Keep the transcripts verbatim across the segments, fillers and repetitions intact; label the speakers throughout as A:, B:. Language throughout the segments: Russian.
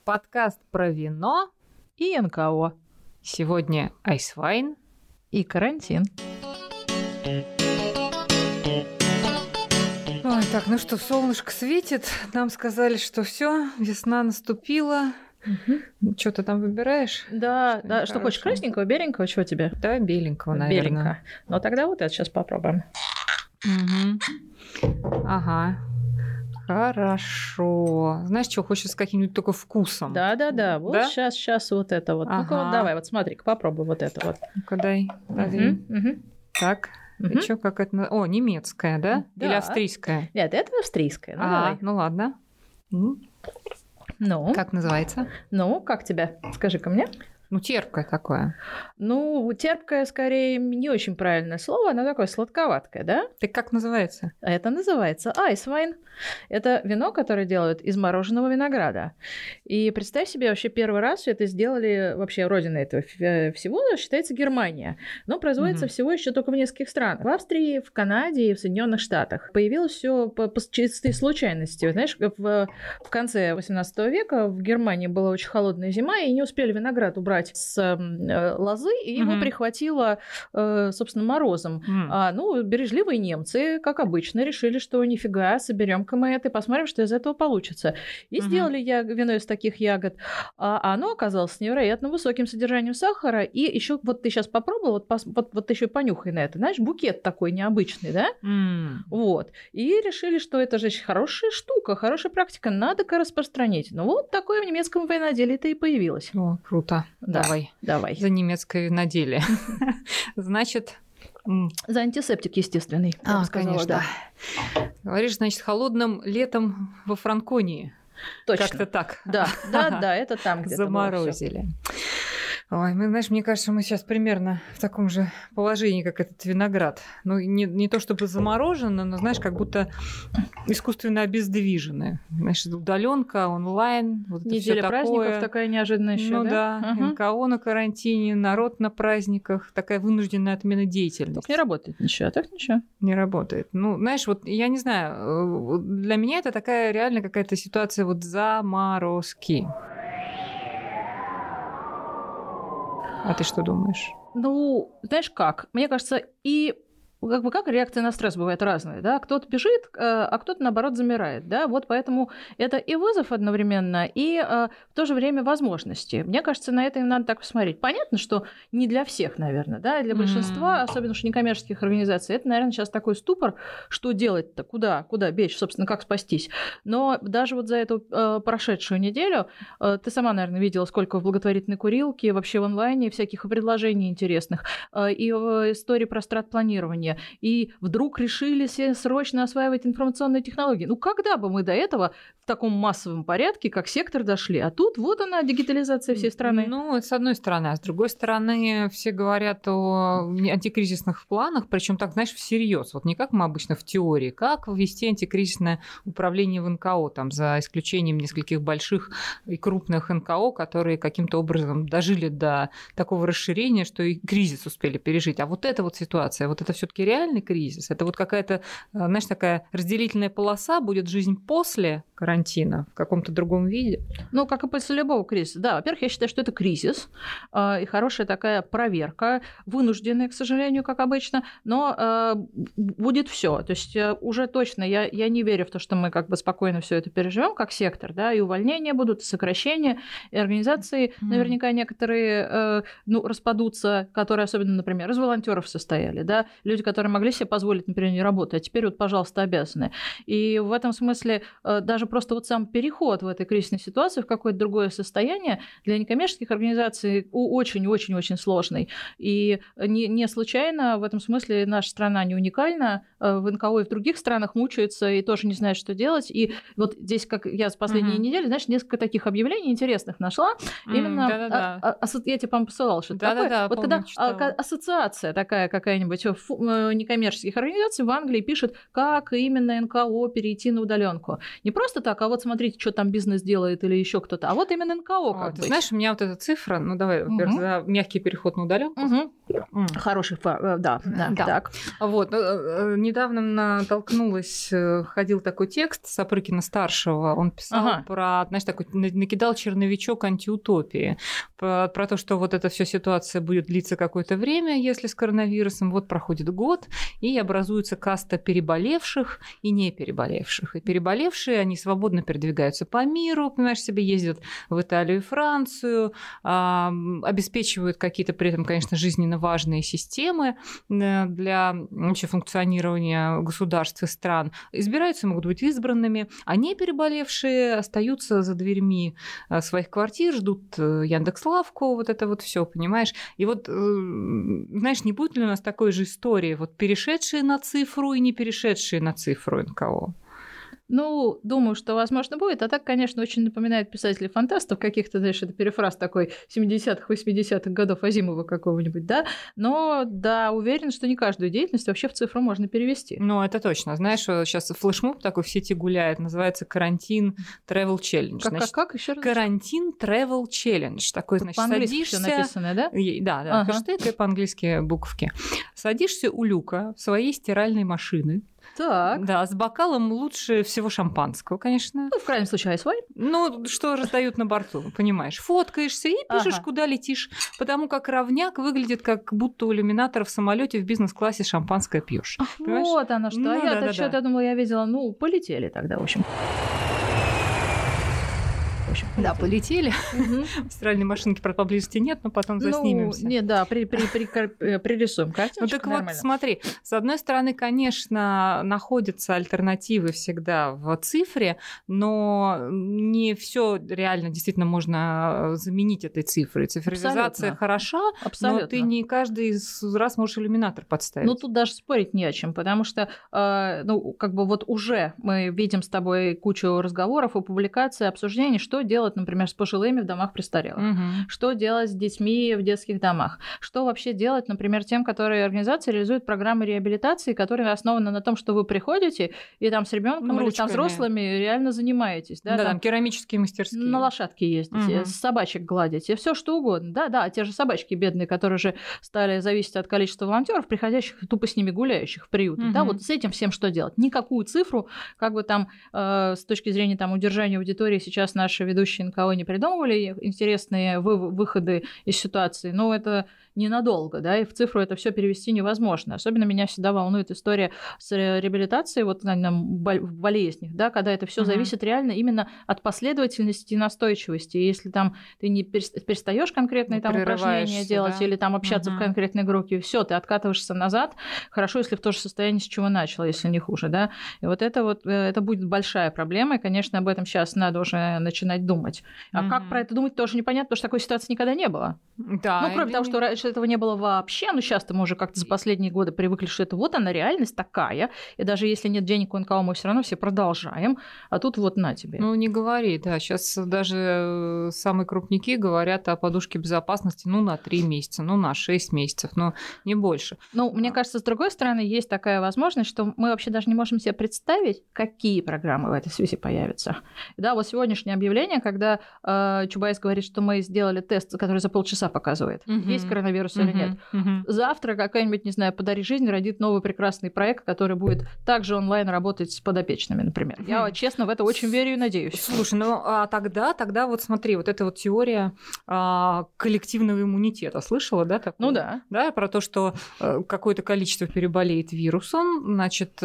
A: Подкаст про вино
B: и эн ка о.
A: Сегодня айсвайн
B: и карантин.
A: Ой, так, ну что, солнышко светит. Нам сказали, что все, весна наступила. Угу. Что ты там выбираешь?
B: Да, что, да. Что хочешь, красненького, беленького, чего тебе?
A: Да, беленького, наверное.
B: Беленького. Ну тогда вот это сейчас попробуем.
A: Угу. Ага. Хорошо. Знаешь, что, хочешь с каким-нибудь только вкусом?
B: Да-да-да. Вот
A: да?
B: сейчас, сейчас вот это вот. Ага. Ну-ка вот давай, вот смотри-ка, попробуй вот это вот.
A: Ну-ка дай.
B: Угу. Угу.
A: Так.
B: Угу.
A: И что, как это? О, немецкая, да?
B: да?
A: Или австрийская?
B: Нет, это австрийская. Ну,
A: а,
B: давай.
A: ну ладно.
B: Ну?
A: Как называется?
B: Ну, как тебя? Скажи-ка мне.
A: Ну, терпкое такое.
B: Ну, терпкое, скорее, не очень правильное слово, оно такое сладковатое, да?
A: Так как называется?
B: Это называется айсвайн. Это вино, которое делают из мороженого винограда. И представь себе, вообще первый раз это сделали, вообще родина этого всего считается Германия. Но производится mm-hmm. всего еще только в нескольких странах. В Австрии, в Канаде и в Соединенных Штатах. Появилось все по, по чистой случайности. Знаешь, в, в конце восемнадцатого века в Германии была очень холодная зима, и не успели виноград убрать с э, лозы, и его mm-hmm. прихватило, э, собственно, морозом. Mm. А, ну, бережливые немцы, как обычно, решили, что нифига, соберем-ка мы это и посмотрим, что из этого получится. И mm-hmm. сделали я вино из таких ягод. А оно оказалось с невероятно высоким содержанием сахара. И еще вот ты сейчас попробовал, вот, пос, вот, вот ты еще понюхай на это. Знаешь, букет такой необычный, да?
A: Mm.
B: Вот. И решили, что это же хорошая штука, хорошая практика, надо-ка распространить. Ну, вот такое в немецком виноделии-то и появилось.
A: О, круто.
B: Да,
A: давай.
B: Давай.
A: За немецкое виноделие. Значит...
B: За антисептик естественный, я
A: а,
B: бы сказала,
A: конечно.
B: Да.
A: Говоришь, значит, холодным летом во Франконии.
B: Точно.
A: Как-то так.
B: Да, да, да, это там где-то
A: заморозили. Ой, мы, знаешь, мне кажется, мы сейчас примерно в таком же положении, как этот виноград. Ну, не, не то чтобы заморожено, но, знаешь, как будто искусственно обездвиженное. Знаешь, удаленка, онлайн, вот это
B: неделя
A: всё
B: праздников
A: такое.
B: Такая неожиданная еще,
A: ну,
B: да?
A: да,
B: угу.
A: эн ка о на карантине, народ на праздниках, такая вынужденная отмена деятельности.
B: Так не работает ничего, так ничего.
A: Не работает. Ну, знаешь, вот я не знаю, для меня это такая реально какая-то ситуация вот заморозки. А ты что думаешь?
B: Ну, знаешь как? Мне кажется, и как бы как реакция на стресс бывает разная, да? Кто-то бежит, а кто-то, наоборот, замирает, да? Вот поэтому это и вызов одновременно, и а, в то же время возможности. Мне кажется, на это им надо так посмотреть. Понятно, что не для всех, наверное, да? Для большинства, mm-hmm. особенно что некоммерческих организаций, это, наверное, сейчас такой ступор, что делать-то, куда, куда бечь, собственно, как спастись. Но даже вот за эту э, прошедшую неделю э, ты сама, наверное, видела, сколько в благотворительной курилке, вообще в онлайне всяких предложений интересных, э, и в истории про стратпланирование. И вдруг решили все срочно осваивать информационные технологии. Ну, когда бы мы до этого в таком массовом порядке, как сектор, дошли? А тут вот она, дигитализация всей страны.
A: Ну, с одной стороны. А с другой стороны, все говорят о антикризисных планах, причем так, знаешь, всерьез. Вот не как мы обычно в теории, как ввести антикризисное управление в эн ка о, там, за исключением нескольких больших и крупных эн ка о, которые каким-то образом дожили до такого расширения, что и кризис успели пережить. А вот эта вот ситуация, вот это все-таки реальный кризис. Это вот какая-то, знаешь, такая разделительная полоса, будет жизнь после карантина в каком-то другом виде.
B: Ну, как и после любого кризиса. Да, во-первых, я считаю, что это кризис э, и хорошая такая проверка, вынужденная, к сожалению, как обычно, но э, будет все. То есть э, уже точно я, я не верю в то, что мы как бы спокойно все это переживем как сектор, да, и увольнения будут, и сокращения, и организации, mm. наверняка некоторые э, ну, распадутся, которые особенно, например, из волонтеров состояли, да, люди, которые могли себе позволить, например, не работать, а теперь вот, пожалуйста, обязаны. И в этом смысле э, даже просто вот сам переход в этой кризисной ситуации в какое-то другое состояние для некоммерческих организаций очень-очень-очень сложный. И не, не случайно в этом смысле наша страна не уникальна. В эн ка о и в других странах мучаются и тоже не знают, что делать. И вот здесь, как я за последние uh-huh. недели, знаешь, несколько таких объявлений интересных нашла. Mm, Именно,
A: да-да-да.
B: А, а, я тебе, по-моему, посылала что-то
A: да-да-да,
B: такое. Вот
A: помню,
B: когда
A: читала.
B: ассоциация такая какая-нибудь некоммерческих организаций в Англии пишет, как именно эн ка о перейти на удаленку. Не просто так так, а вот смотрите, что там бизнес делает или еще кто-то. А вот именно эн ка о как
A: а,
B: быть.
A: Ты знаешь, у меня вот эта цифра, ну давай, во-первых, угу. за мягкий переход на удаленку.
B: Угу. Mm. Хороший, да, да, да. Так.
A: Вот, недавно натолкнулась, ходил такой текст Сапрыкина-старшего, он писал ага. про, знаешь, такой, накидал черновичок антиутопии, про, про то, что вот эта вся ситуация будет длиться какое-то время, если с коронавирусом, вот проходит год, и образуется каста переболевших и не переболевших. И переболевшие, они свободно передвигаются по миру, понимаешь, себе ездят в Италию и Францию, обеспечивают какие-то при этом, конечно, жизненно важные системы для вообще функционирования государств и стран. Избираются, могут быть избранными, а не переболевшие остаются за дверьми своих квартир, ждут Яндекс.Лавку, вот это вот все, понимаешь? И вот, знаешь, не будет ли у нас такой же истории, вот перешедшие на цифру и не перешедшие на цифру эн ка о?
B: Ну, думаю, что возможно будет. А так, конечно, очень напоминает писателей-фантастов, каких-то, знаешь, это перефраз такой семидесятых, восьмидесятых годов Азимова какого-нибудь, да? Но, да, уверен, что не каждую деятельность вообще в цифру можно перевести.
A: Ну, это точно. Знаешь, сейчас флешмоб такой в сети гуляет, называется «Карантин Travel Challenge».
B: Как, значит, как, как? Еще раз?
A: «Карантин Travel Challenge». Такой, значит,
B: по-английски
A: садишься...
B: всё написано, да?
A: Да, да,
B: ага.
A: хэштег и по-английски буковки. Садишься у люка своей стиральной машины.
B: Так.
A: Да, с бокалом лучше всего шампанского, конечно.
B: Ну, в крайнем случае, айсвайн.
A: Ну, что раздают на борту, понимаешь. Фоткаешься и пишешь, ага. куда летишь. Потому как равняк выглядит, как будто у иллюминатора в самолете в бизнес-классе шампанское пьешь.
B: Вот оно что. Ну, а я-то да, что-то да. думала, я видела, ну, полетели тогда, в общем.
A: Да, полетели. Угу. Стиральной машинки, правда, поблизости нет, но потом заснимемся.
B: Ну, нет, да, при, при, при, пририсуем картиночку.
A: Ну, так
B: нормально.
A: Вот, смотри, с одной стороны, конечно, находятся альтернативы всегда в цифре, но не все реально действительно можно заменить этой цифрой. Цифровизация Абсолютно. Хороша, Абсолютно. Но ты не каждый раз можешь иллюминатор подставить.
B: Ну, тут даже спорить не о чем, потому что, э, ну, как бы вот уже мы видим с тобой кучу разговоров и публикаций, обсуждений, что делать, например, с пожилыми в домах престарелых, угу. что делать с детьми в детских домах, что вообще делать, например, тем, которые организации реализуют программы реабилитации, которые основаны на том, что вы приходите и там с ребенком ну, или там взрослыми реально занимаетесь. Да,
A: да
B: там,
A: там керамические мастерские.
B: На лошадке ездите, угу. собачек гладите, все что угодно. Да-да, те же собачки бедные, которые же стали зависеть от количества волонтеров, приходящих и тупо с ними гуляющих в приюты. Угу. Да, вот с этим всем что делать? Никакую цифру, как бы там э, с точки зрения там, удержания аудитории сейчас наши ведущие эн ка о не придумывали интересные вы- выходы из ситуации, но это ненадолго, да, и в цифру это все перевести невозможно. Особенно меня всегда волнует история с реабилитацией вот в болезнях, да, когда это все mm-hmm. зависит реально именно от последовательности и настойчивости. И если там ты не перестаешь конкретные там упражнения делать да? или там общаться mm-hmm. в конкретной группе, все, ты откатываешься назад. Хорошо, если в то же состояние, с чего начала, если не хуже, да. И вот это вот это будет большая проблема, и, конечно, об этом сейчас надо уже начинать думать. А mm-hmm. как про это думать, тоже непонятно, потому что такой ситуации никогда не было.
A: Да,
B: ну, кроме того, что раньше этого не было вообще, но сейчас-то мы уже как-то за последние годы привыкли, что это вот она реальность такая, и даже если нет денег у эн ка о, мы все равно все продолжаем, а тут вот на тебе.
A: Ну, не говори, да, сейчас даже самые крупники говорят о подушке безопасности, ну, на три месяца, ну, на шесть месяцев, но не больше.
B: Ну, мне кажется, с другой стороны, есть такая возможность, что мы вообще даже не можем себе представить, какие программы в этой связи появятся. Да, вот сегодняшнее объявление, когда э, Чубайс говорит, что мы сделали тест, который за полчаса показывает, угу. есть коронавирус угу. или нет. Угу. Завтра какая-нибудь, не знаю, «Подари жизнь» родит новый прекрасный проект, который будет также онлайн работать с подопечными, например. Угу. Я, честно, в это очень верю и надеюсь.
A: Слушай, ну а тогда, тогда вот смотри, вот эта вот теория а, коллективного иммунитета, слышала, да? Такую?
B: Ну да.
A: Да, про то, что а, какое-то количество переболеет вирусом, значит,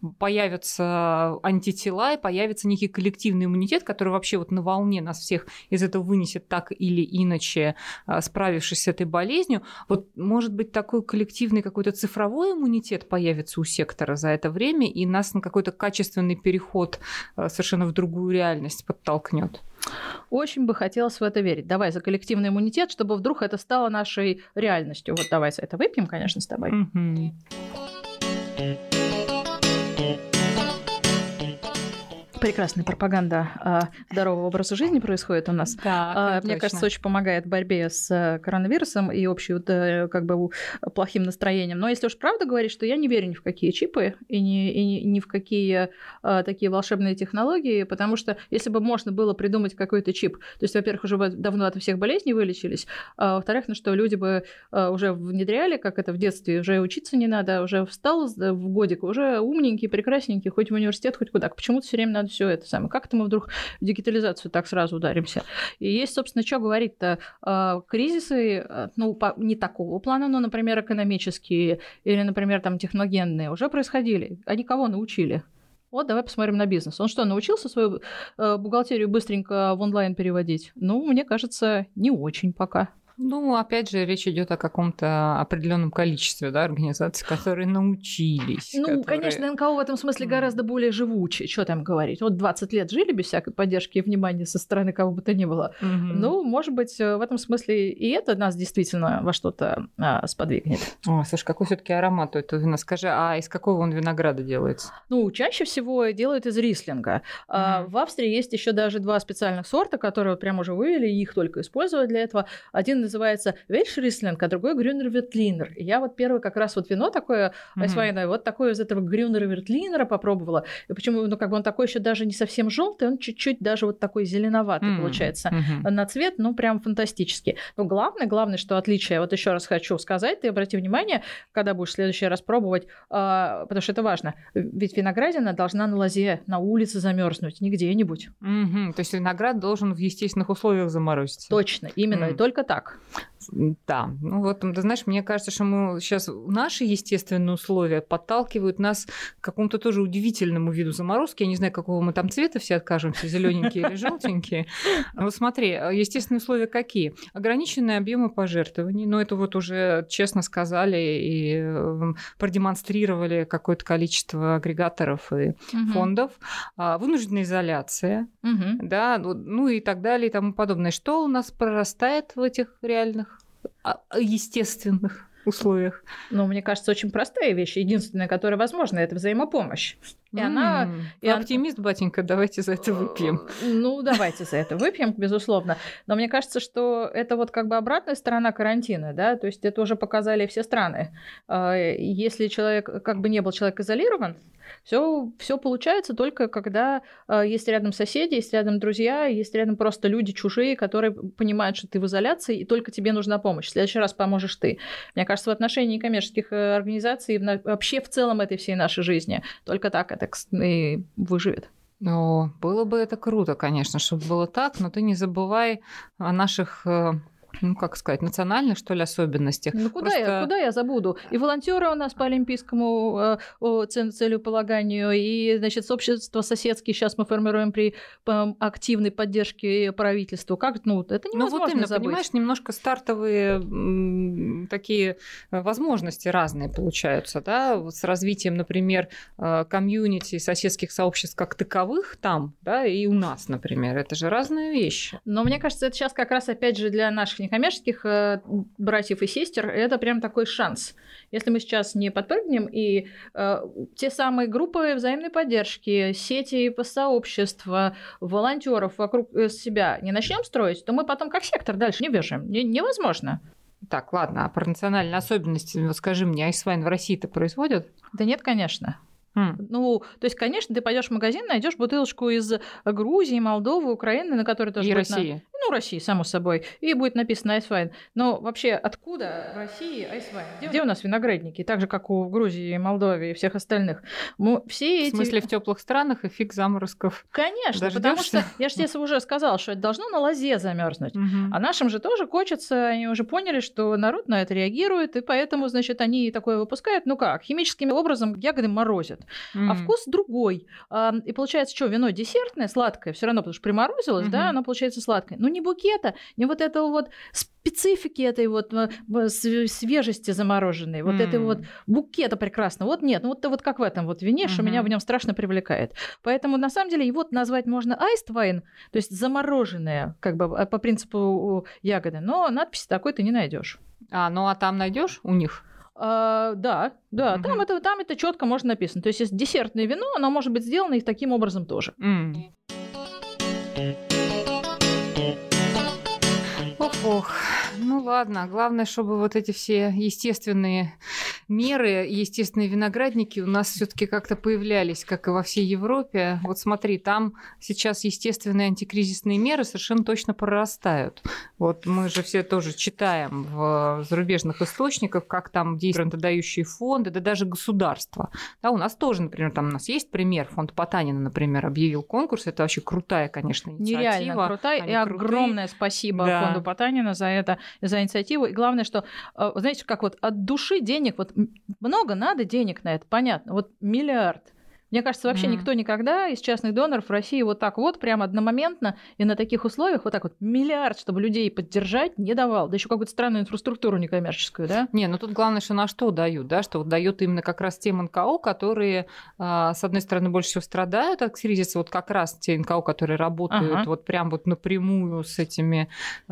A: появятся антитела и появится некий коллективный иммунитет, который вообще вот на волне нас всех из этого вынесет так или иначе, справившись с этой болезнью. Вот, может быть, такой коллективный какой-то цифровой иммунитет появится у сектора за это время, и нас на какой-то качественный переход совершенно в другую реальность подтолкнет.
B: Очень бы хотелось в это верить. Давай за коллективный иммунитет, чтобы вдруг это стало нашей реальностью. Вот давай за это выпьем, конечно, с тобой. Mm-hmm. Прекрасная пропаганда а, здорового образа жизни происходит у нас.
A: Да,
B: а, мне
A: точно.
B: кажется, очень помогает в борьбе с коронавирусом и общим как бы плохим настроением. Но если уж правда говорить, что я не верю ни в какие чипы и ни, и ни в какие а, такие волшебные технологии, потому что если бы можно было придумать какой-то чип, то есть, во-первых, уже давно от всех болезней вылечились, а во-вторых, ну что, люди бы а, уже внедряли, как это в детстве, уже учиться не надо, уже встал в годик, уже умненький, прекрасненький, хоть в университет, хоть куда. Почему-то все время надо все это самое. Как-то мы вдруг в дигитализацию так сразу ударимся. И есть, собственно, что говорить-то. Кризисы, ну, не такого плана, но, например, экономические или, например, там, техногенные уже происходили. Они кого научили? Вот, давай посмотрим на бизнес. Он что, научился свою бухгалтерию быстренько в онлайн переводить? Ну, мне кажется, не очень пока.
A: Ну, опять же, речь идет о каком-то определенном количестве, да, организаций, которые научились.
B: Ну,
A: которые...
B: конечно, эн ка о в этом смысле гораздо более живучий. Что там говорить? Вот двадцать лет жили без всякой поддержки и внимания со стороны кого бы то ни было. Mm-hmm. Ну, может быть, в этом смысле и это нас действительно во что-то а, сподвигнет.
A: О, слушай, какой все-таки аромат у этого вина? Скажи, а из какого он винограда делается?
B: Ну, чаще всего делают из рислинга. Mm-hmm. А, в Австрии есть еще даже два специальных сорта, которые вот прямо уже вывели, и их только используют для этого. Один называется Вельшрислинг, а другой Грюнер Вертлинер. Я вот первый как раз вот вино такое айсвайновое, mm-hmm. вот такое из этого Грюнера Вертлинера попробовала. И почему, ну, как бы он такой еще даже не совсем желтый, он чуть-чуть даже вот такой зеленоватый mm-hmm. получается mm-hmm. на цвет, ну, прям фантастический. Но главное, главное, что отличие, вот еще раз хочу сказать, ты обрати внимание, когда будешь в следующий раз пробовать, а, потому что это важно, ведь виноградина должна на лозе, на улице замерзнуть, не где-нибудь.
A: Mm-hmm. То есть виноград должен в естественных условиях заморозиться.
B: Точно, именно, mm-hmm. и только так.
A: Да, ну вот, ты знаешь, мне кажется, что мы сейчас наши естественные условия подталкивают нас к какому-то тоже удивительному виду заморозки. Я не знаю, какого мы там цвета все откажемся, зелененькие или желтенькие. Вот смотри, естественные условия какие? Ограниченные объемы пожертвований, но это вот уже честно сказали и продемонстрировали какое-то количество агрегаторов и угу. фондов, вынужденная изоляция, угу. да, ну и так далее и тому подобное. Что у нас прорастает в этих реальных естественных условиях?
B: Ну, мне кажется, очень простая вещь. Единственная, которая возможна, это взаимопомощь. И
A: mm,
B: она...
A: И оптимист, она... батенька, давайте за это выпьем.
B: Ну, давайте за это выпьем, безусловно. Но мне кажется, что это вот как бы обратная сторона карантина, да, то есть это уже показали все страны. Если человек, как бы не был человек изолирован, все, все получается только когда есть рядом соседи, есть рядом друзья, есть рядом просто люди чужие, которые понимают, что ты в изоляции, и только тебе нужна помощь. В следующий раз поможешь ты. Мне кажется, в отношении коммерческих организаций, вообще в целом этой всей нашей жизни, только так это и выживет.
A: Ну, было бы это круто, конечно, чтобы было так, но ты не забывай о наших... ну, как сказать, национальных, что ли, особенностях.
B: Ну, куда, Просто... я, куда я забуду? И волонтеры у нас по олимпийскому э, целеполаганию, и, значит, сообщество соседские сейчас мы формируем при по, активной поддержке правительства. Как, ну, это невозможно
A: ну, вот именно,
B: забыть.
A: Понимаешь, немножко стартовые м, такие возможности разные получаются, да, с развитием, например, комьюнити, соседских сообществ как таковых там, да, и у нас, например. Это же разные вещи.
B: Но мне кажется, это сейчас как раз, опять же, для наших некоммерческих э, братьев и сестер, это прям такой шанс. Если мы сейчас не подпрыгнем, и э, те самые группы взаимной поддержки, сети сообщества, волонтеров вокруг себя не начнем строить, то мы потом как сектор дальше не вяжем. Не, невозможно.
A: Так, ладно, а про национальные особенности, скажи мне, айсвайн в России-то производят?
B: Да нет, конечно.
A: Mm.
B: Ну, то есть, конечно, ты пойдешь в магазин, найдешь бутылочку из Грузии, Молдовы, Украины, на которой тоже
A: и
B: будет
A: России.
B: На... Ну, России, само собой. И будет написано айсвайн. Но вообще, откуда в России айсвайн? Где, Где у нас виноградники? Так же, как у Грузии, Молдовы и всех остальных. Мы все эти...
A: В смысле, в теплых странах эффект заморозков?
B: Конечно,
A: Дождёшься?
B: Потому что, я же тебе уже сказала, что это должно на лозе замерзнуть.
A: Mm-hmm. А
B: нашим же тоже хочется, они уже поняли, что народ на это реагирует, и поэтому, значит, они такое выпускают. Ну как, химическим образом ягоды морозят. Mm-hmm. А вкус другой. И получается, что, вино десертное, сладкое, все равно, потому что приморозилось, mm-hmm. да, оно получается сладкое. Но не букета, не вот этого вот специфики этой вот свежести замороженной, вот mm. этой вот букета прекрасного. Вот нет, ну вот, вот как в этом вот вине, mm-hmm. что меня в нем страшно привлекает. Поэтому, на самом деле, его назвать можно iced wine, то есть замороженное, как бы по принципу ягоды, но надписи такой ты не найдешь.
A: А, ну а там найдешь у них?
B: А, да, да, угу. там, это, там это четко можно написано. То есть, если десертное вино, оно может быть сделано и таким образом тоже.
A: Mm. Ох-ох. Ну ладно, главное, чтобы вот эти все естественные меры, естественные виноградники у нас все-таки как-то появлялись, как и во всей Европе. Вот смотри, там сейчас естественные антикризисные меры совершенно точно прорастают. Вот мы же все тоже читаем в зарубежных источниках, как там действуют грантодающие фонды, да даже государства. Да, у нас тоже, например, там у нас есть пример, фонд Потанина, например, объявил конкурс. Это вообще крутая, конечно, инициатива.
B: Нереально крутая. Они и крутые. Огромное спасибо да. фонду Потанина за это, за инициативу. И главное, что, знаете, как вот от души денег, вот много надо денег на это, понятно, вот миллиард. Мне кажется, вообще mm. никто никогда из частных доноров в России вот так вот прям одномоментно и на таких условиях вот так вот миллиард, чтобы людей поддержать, не давал. Да еще какую-то странную инфраструктуру некоммерческую, да?
A: Не, ну тут главное, что на что дают, да, что вот дают именно как раз тем эн ка о, которые, с одной стороны, больше всего страдают от кризиса, вот как раз те эн ка о, которые работают ага. вот прям вот напрямую с этими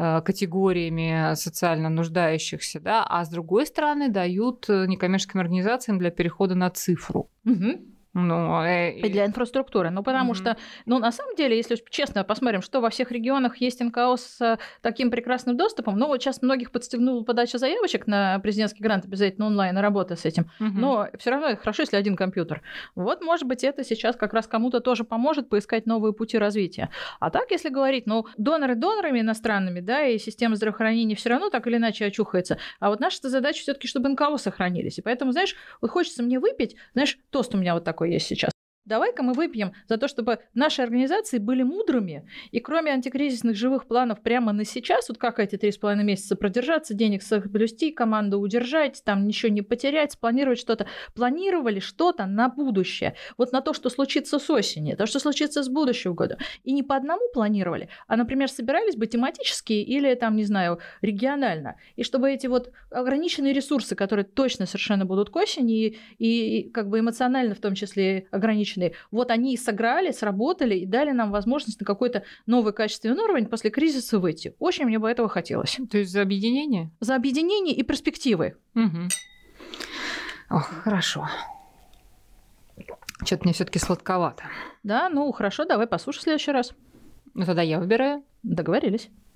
A: категориями социально нуждающихся, да, а с другой стороны дают некоммерческим организациям для перехода на цифру.
B: Угу.
A: Ну,
B: э... И для инфраструктуры. Ну, потому mm-hmm. что, ну, на самом деле, если честно посмотрим, что во всех регионах есть эн ка о с таким прекрасным доступом, ну, вот сейчас многих подстегнула подача заявочек на президентский грант, обязательно онлайн, работа с этим, mm-hmm. но все равно хорошо, если один компьютер. Вот, может быть, это сейчас как раз кому-то тоже поможет поискать новые пути развития. А так, если говорить, ну, доноры донорами иностранными, да, и система здравоохранения все равно так или иначе очухается, а вот наша задача все-таки, чтобы эн ка о сохранились. И поэтому, знаешь, вот хочется мне выпить, знаешь, тост у меня вот такой есть сейчас. Давай-ка мы выпьем за то, чтобы наши организации были мудрыми, и кроме антикризисных живых планов прямо на сейчас, вот как эти три с половиной месяца продержаться, денег соблюсти, команду удержать, там ничего не потерять, спланировать что-то, планировали что-то на будущее, вот на то, что случится с осени, то, что случится с будущего года. И не по одному планировали, а, например, собирались бы тематически или, там, не знаю, регионально. И чтобы эти вот ограниченные ресурсы, которые точно совершенно будут к осени, и, и, и как бы эмоционально в том числе ограничены, вот они и сыграли, сработали и дали нам возможность на какой-то новый качественный уровень после кризиса выйти. Очень мне бы этого хотелось.
A: То есть за объединение?
B: За объединение и перспективы.
A: Угу. Ох, хорошо. Что-то мне все-таки сладковато.
B: Да, ну хорошо, давай послушай в следующий раз.
A: Ну тогда я выбираю.
B: Договорились.